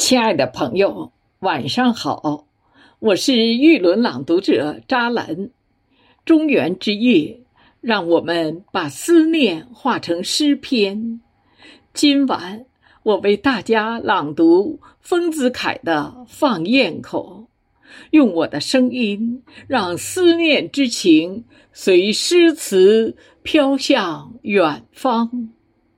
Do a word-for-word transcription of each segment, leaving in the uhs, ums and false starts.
亲爱的朋友，晚上好，我是玉轮朗读者扎兰。中元之夜，让我们把思念化成诗篇。今晚我为大家朗读丰子恺的《放焰口》，用我的声音让思念之情随诗词飘向远方。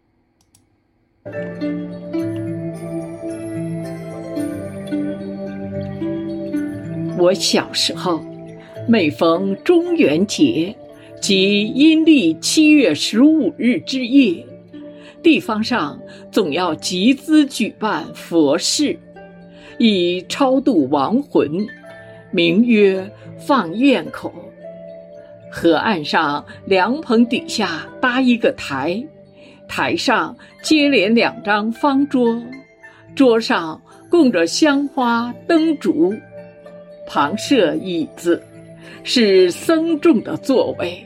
我小时候，每逢中元节即阴历七月十五日之夜，地方上总要集资举办佛事，以超度亡魂，名曰放焰口。河岸上凉棚底下搭一个台，台上接连两张方桌，桌上供着香花灯烛，旁设椅子，是僧众的座位。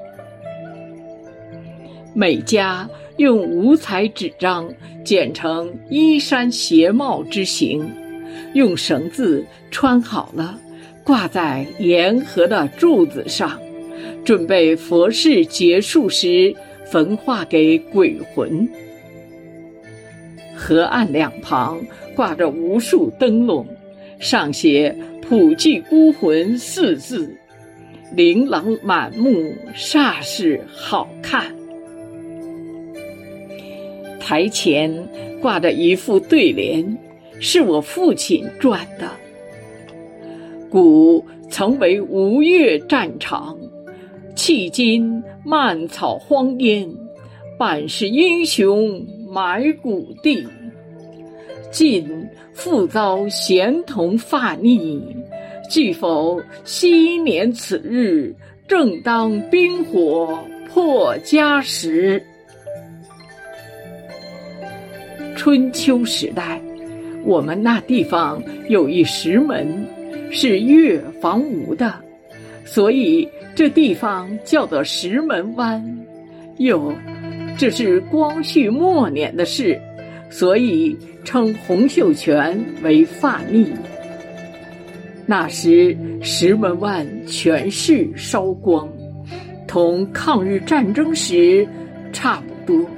每家用五彩纸张剪成衣衫鞋帽之形，用绳子穿好了，挂在沿河的柱子上，准备佛事结束时焚化给鬼魂。河岸两旁挂着无数灯笼，上写普济孤魂四字，琳琅满目，煞是好看。台前挂着一副对联，是我父亲撰的：古曾为吴越战场，迄今蔓草荒烟，半是英雄埋骨地。今复遭贤童发逆，惧否昔年此日，正当兵火破家时。春秋时代，我们那地方有一石门，是越房吴的，所以这地方叫做石门湾。又，这是光绪末年的事，所以称洪秀全为发逆。那时石门湾全市烧光，同抗日战争时差不多。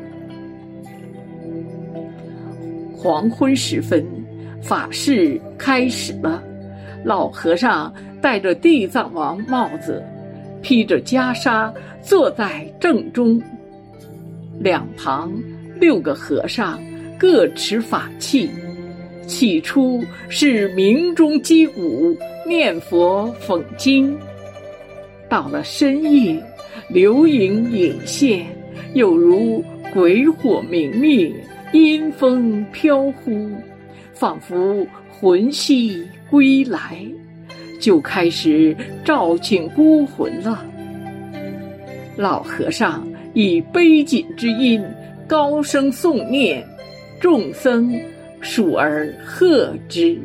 黄昏时分，法事开始了，老和尚戴着地藏王帽子，披着袈裟，坐在正中，两旁六个和尚各持法器，起初是鸣钟击鼓，念佛讽经，到了深夜，流影隐现，有如鬼火明灭，阴风飘忽，仿佛魂兮归来，就开始召请孤魂了。老和尚以悲谨之音高声诵念，众僧属而贺之。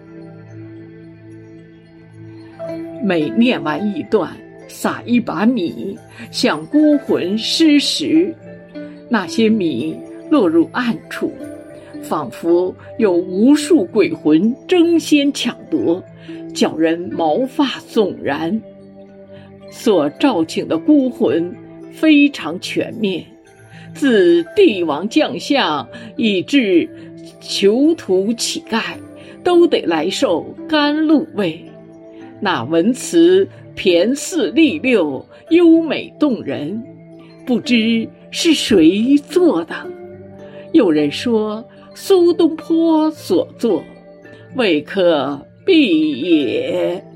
每念完一段，撒一把米，向孤魂施食，那些米落入暗处，仿佛有无数鬼魂争先抢夺，叫人毛发悚然。所召请的孤魂非常全面，自帝王将相以至囚徒乞丐，都得来受甘露味。那文词骈驷利溜，优美动人，不知是谁做的。有人说苏东坡所作，未可必也。